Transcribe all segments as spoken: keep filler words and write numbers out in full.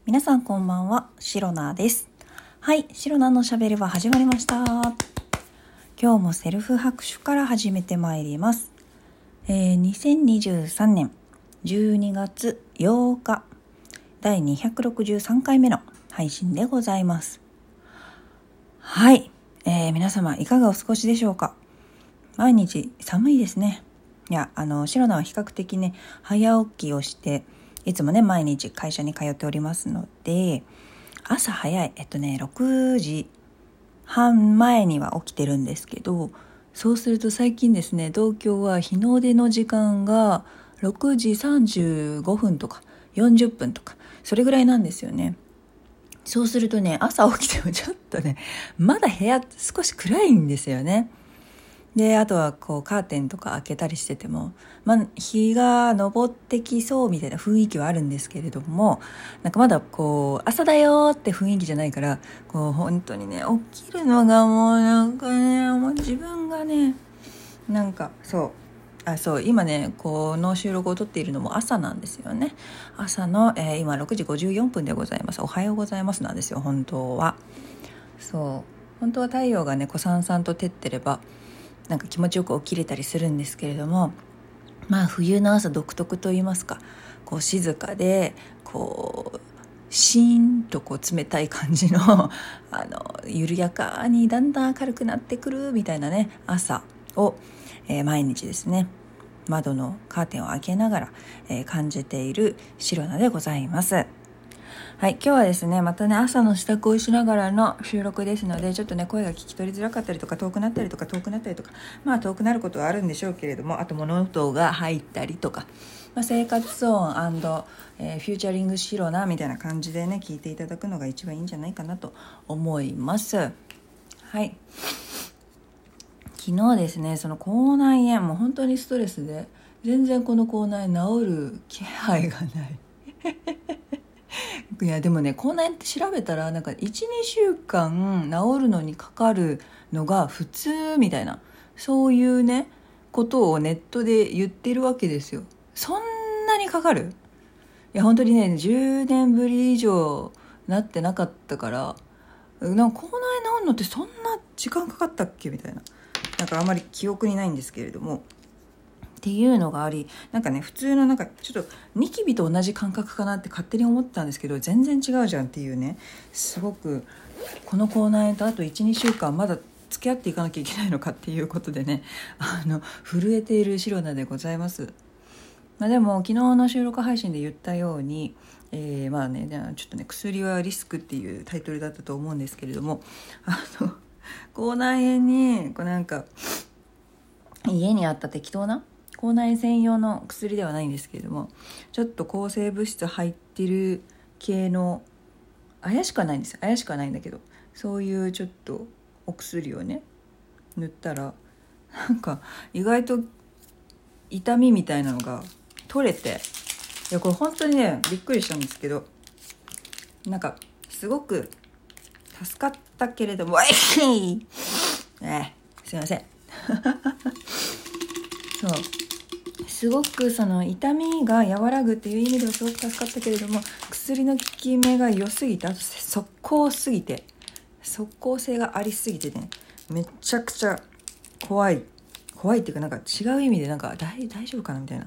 皆さんこんばんは、シロナです。はい、シロナのしゃべりは始まりました。今日もセルフ拍手から始めてまいります。えー、にせんにじゅうさんねんじゅうにがつようかだいにひゃくろくじゅうさんかいめの配信でございます。はい、えー、皆様いかがお過ごしでしょうか。毎日寒いですね。いや、あのシロナは比較的ね早起きをしていつもね毎日会社に通っておりますので、朝早いえっとねろくじはん前には起きてるんですけど、そうすると最近ですね、同居は日の出の時間がろくじさんじゅうごふんとかよんじゅっぷんとかそれぐらいなんですよね。そうするとね、朝起きてもちょっとねまだ部屋少し暗いんですよね。で、あとはこうカーテンとか開けたりしてても、まあ、日が昇ってきそうみたいな雰囲気はあるんですけれども、なんかまだこう朝だよって雰囲気じゃないから、こう本当にね起きるのがもうなんかね、もう自分がねなんかそうあそう今ねこの収録を撮っているのも朝なんですよね。朝の、えー、今ろくじごじゅうよんぷんでございます。おはようございますなんですよ。本当はそう本当は太陽がねこうさんさんと照ってればなんか気持ちよく起きれたりするんですけれども、まあ冬の朝独特と言いますか、こう静かでこうシーンとこう冷たい感じのあの緩やかにだんだん明るくなってくるみたいなね朝を、えー、毎日ですね窓のカーテンを開けながら、えー、感じているシロナでございます。はい、今日はですねまたね朝の支度をしながらの収録ですので、ちょっとね声が聞き取りづらかったりとか遠くなったりとか遠くなったりとかまあ遠くなることはあるんでしょうけれども、あと物音が入ったりとか、まあ、生活音&、えー、フューチャリングしろなみたいな感じでね聞いていただくのが一番いいんじゃないかなと思います。はい、昨日ですねその口内炎もう本当にストレスで全然この口内治る気配がないいやでもね口内炎って調べたらなんか いちにしゅうかん治るのにかかるのが普通みたいな、そういうねことをネットで言ってるわけですよ。そんなにかかる？いや本当にねじゅうねんぶり以上なってなかったから、なんか口内治るのってそんな時間かかったっけみたいな、なんかあまり記憶にないんですけれどもっていうのがあり、なんかね普通のなんかちょっとニキビと同じ感覚かなって勝手に思ってたんですけど、全然違うじゃんっていうね、すごくこの口内炎とあと いちにしゅうかんまだ付き合っていかなきゃいけないのかっていうことでね、あの震えているシロナでございます。まあ、でも昨日の収録配信で言ったように、えー、まあねちょっとね薬はリスクっていうタイトルだったと思うんですけれども、あの口内炎にこうなんか家にあった適当な口内専用の薬ではないんですけれども、ちょっと抗生物質入ってる系の怪しくはないんですよ怪しくはないんだけどそういうちょっとお薬をね塗ったらなんか意外と痛みみたいなのが取れて、いやこれ本当にねびっくりしたんですけど、なんかすごく助かったけれどもえすいませんそうすごくその痛みが和らぐっていう意味ではすごく助かったけれども、薬の効き目が良すぎて、あと速効すぎて速効性がありすぎてね、めちゃくちゃ怖い怖いっていうかなんか違う意味でなんか 大, 大丈夫かなみたいな、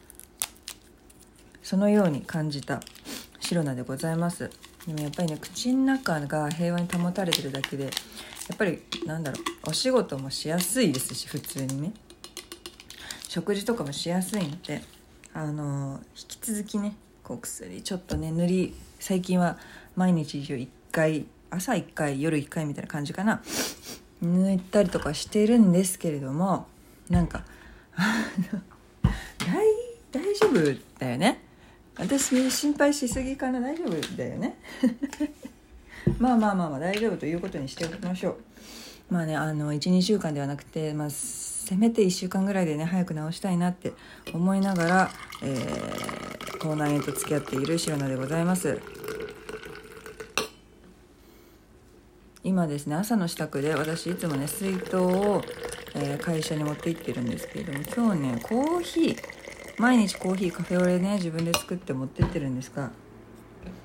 そのように感じたシロナでございます。でもやっぱりね口の中が平和に保たれてるだけでやっぱりなんだろうお仕事もしやすいですし、普通にね食事とかもしやすいので、あの引き続きねこう薬ちょっとね塗り、最近は毎日いっかい朝いっかい夜いっかいみたいな感じかな塗ったりとかしてるんですけれども、なんか大, 大丈夫だよね。私心配しすぎかな。大丈夫だよねまあまあまあまあ大丈夫ということにしておきましょう。まあねあの いちにしゅうかんではなくて、まあ、せめていっしゅうかんぐらいでね早く治したいなって思いながら、えー、口内炎と付き合っているシロナでございます。今ですね朝の支度で私いつもね水筒を、えー、会社に持って行ってるんですけれども、今日ねコーヒー毎日コーヒーカフェオレね自分で作って持ってってるんですが、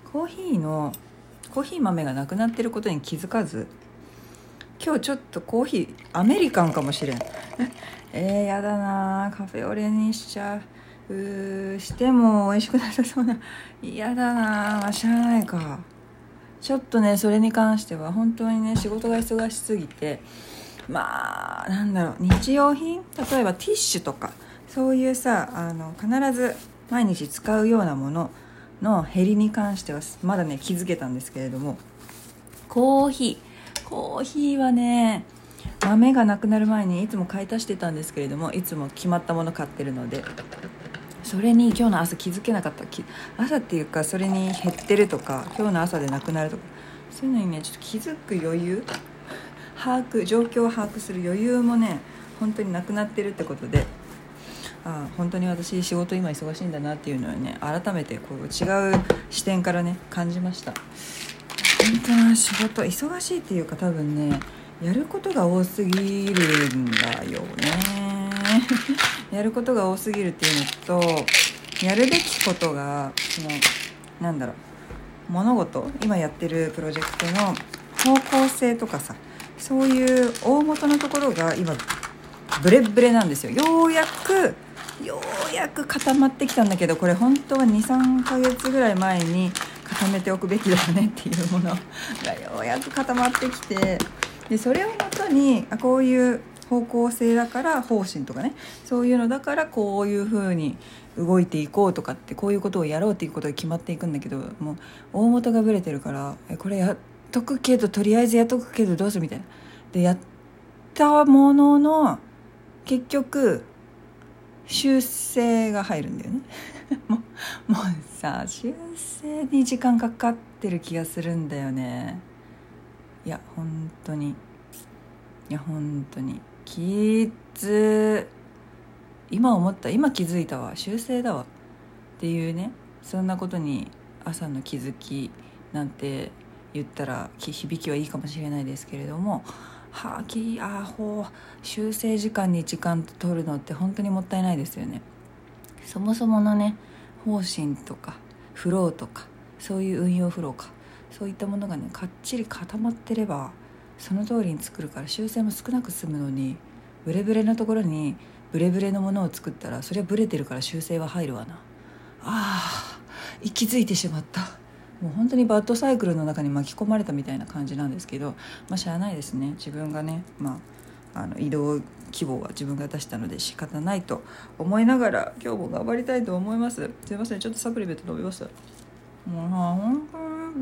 コーヒーのコーヒー豆がなくなってることに気づかず、今日ちょっとコーヒーアメリカンかもしれんえー、やだな、カフェオレにしちゃう、うーしても美味しくなさそうな、嫌だな、まあしゃあないか。ちょっとねそれに関しては本当にね仕事が忙しすぎて、まあなんだろう、日用品、例えばティッシュとかそういうさ、あの必ず毎日使うようなものの減りに関してはまだね気づけたんですけれども、コーヒーコーヒーはね、豆がなくなる前にいつも買い足してたんですけれども、いつも決まったもの買ってるので、それに今日の朝気づけなかった。朝っていうかそれに減ってるとか今日の朝でなくなるとか、そういうのにねちょっと気づく余裕、把握状況を把握する余裕もね本当になくなってるってことで、ああ本当に私仕事今忙しいんだなっていうのはね改めてこう違う視点からね感じました。本当は仕事忙しいっていうか、多分ねやることが多すぎるんだよねやることが多すぎるっていうのと、やるべきことがそのなんだろう、物事今やってるプロジェクトの方向性とかさ、そういう大元のところが今ブレブレなんですよ。ようやくようやく固まってきたんだけど、これ本当は にさんかげつぐらい前に固めておくべきだよねっていうものがようやく固まってきて、でそれをもとにあこういう方向性だから方針とかね、そういうのだからこういう風に動いていこうとかって、こういうことをやろうっていうことが決まっていくんだけど、もう大元がブレてるから、えこれやっとくけどとりあえずやっとくけどどうするみたいなでやったものの結局修正が入るんだよねもう、もうさ修正に時間かかってる気がするんだよね。いや本当にいや本当にきつ、今思った、今気づいたわ、修正だわっていうね、そんなことに朝の気づきなんて言ったら響きはいいかもしれないですけれども、はあきあほ修正時間に時間取るのって本当にもったいないですよね。そもそものね方針とかフローとかそういう運用フローか、そういったものがねかっちり固まってればその通りに作るから修正も少なく済むのに、ブレブレのところにブレブレのものを作ったらそれはブレてるから修正は入るわな。あー気づいてしまった。もう本当にバッドサイクルの中に巻き込まれたみたいな感じなんですけど、まあしゃあないですね。自分がね、まあ、あの移動希望は自分が出したので仕方ないと思いながら今日も頑張りたいと思います。すいません、ちょっとサプリメント飲みました。もう本当に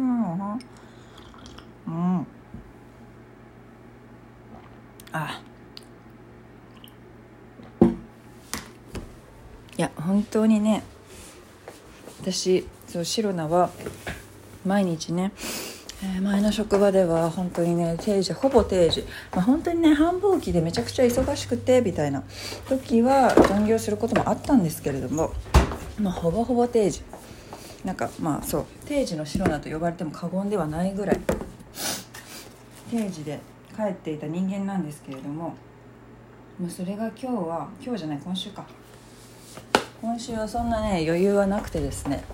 うんあいや本当にね、私そうシロナは毎日ね、えー、前の職場では本当にね定時ほぼ定時、まあ、本当にね繁忙期でめちゃくちゃ忙しくてみたいな時は残業することもあったんですけれども、まあ、ほぼほぼ定時、なんかまあそう定時のシロナと呼ばれても過言ではないぐらい定時で帰っていた人間なんですけれども、もうそれが今日は今日じゃない今週か今週はそんなね余裕はなくてですね、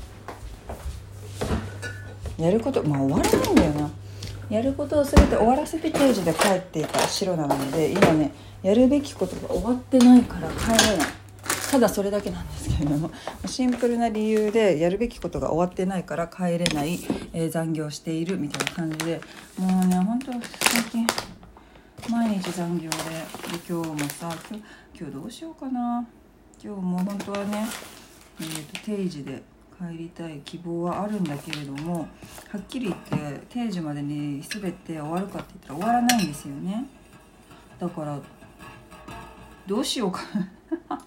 やることまあ終わらないんだよな。やることを全て終わらせて定時で帰っていた白なので、今ねやるべきことが終わってないから帰れない。ただそれだけなんですけれども、シンプルな理由でやるべきことが終わってないから帰れない、えー、残業しているみたいな感じで、もうね本当最近毎日残業で、で今日もさ今日、今日どうしようかな。今日も本当はね、えー、と定時で帰りたい希望はあるんだけれども、はっきり言って定時までに全て終わるかって言ったら終わらないんですよね。だからどうしようかな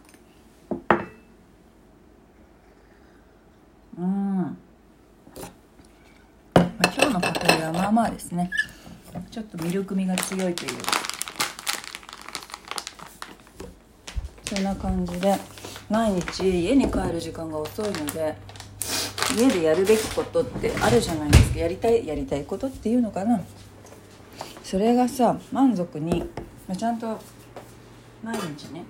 うん、まあ、今日のカフェはまあまあですね、ちょっとミルク味が強いというそんな感じで、毎日家に帰る時間が遅いので、家でやるべきことってあるじゃないですか。やりたいやりたいことっていうのかな。それがさ満足に、まあ、ちゃんと毎日ね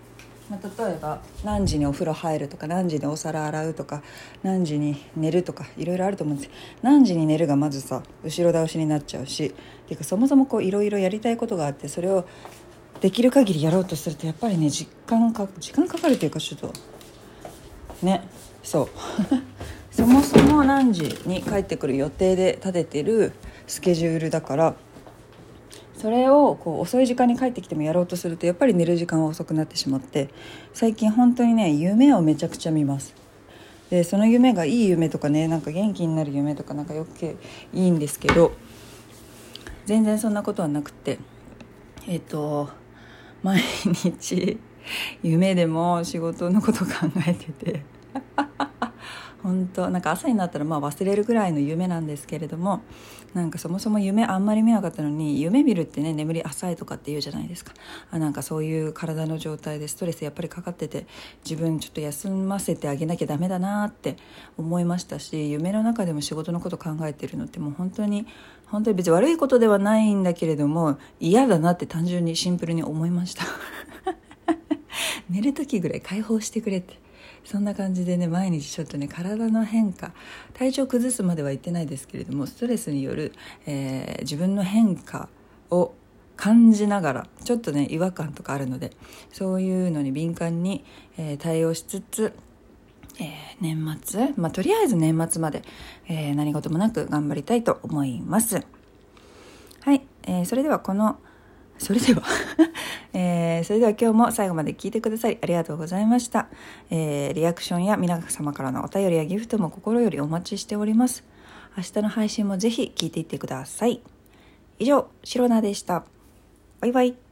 まあ、例えば何時にお風呂入るとか何時にお皿洗うとか何時に寝るとかいろいろあると思うんです。何時に寝るがまずさ後ろ倒しになっちゃうし、ていうかそもそもこういろいろやりたいことがあって、それをできる限りやろうとするとやっぱりね時間か時間かかるというかちょっとねそうそもそも何時に帰ってくる予定で立ててるスケジュールだから、それをこう遅い時間に帰ってきてもやろうとするとやっぱり寝る時間は遅くなってしまって、最近本当にね夢をめちゃくちゃ見ます。でその夢がいい夢とかね、なんか元気になる夢とかなんかよくいいんですけど、全然そんなことはなくて、えっと毎日夢でも仕事のこと考えてて本当なんか朝になったらまあ忘れるぐらいの夢なんですけれども、なんかそもそも夢あんまり見なかったのに、夢見るってね眠り浅いとかって言うじゃないですか。あなんかそういう体の状態でストレスやっぱりかかってて、自分ちょっと休ませてあげなきゃダメだなって思いましたし、夢の中でも仕事のこと考えてるのってもう本当に本当に別に悪いことではないんだけれども嫌だなって単純にシンプルに思いました寝る時ぐらい解放してくれって、そんな感じでね毎日ちょっとね体の変化、体調崩すまでは言ってないですけれども、ストレスによる、えー、自分の変化を感じながらちょっとね違和感とかあるので、そういうのに敏感に、えー、対応しつつ、えー、年末、まあ、とりあえず年末まで、えー、何事もなく頑張りたいと思います。はい、えー、それではこのそれでは、えー、それでは今日も最後まで聞いてくださりありがとうございました。えー、リアクションや皆様からのお便りやギフトも心よりお待ちしております。明日の配信もぜひ聞いていってください。以上、シロナでした。バイバイ。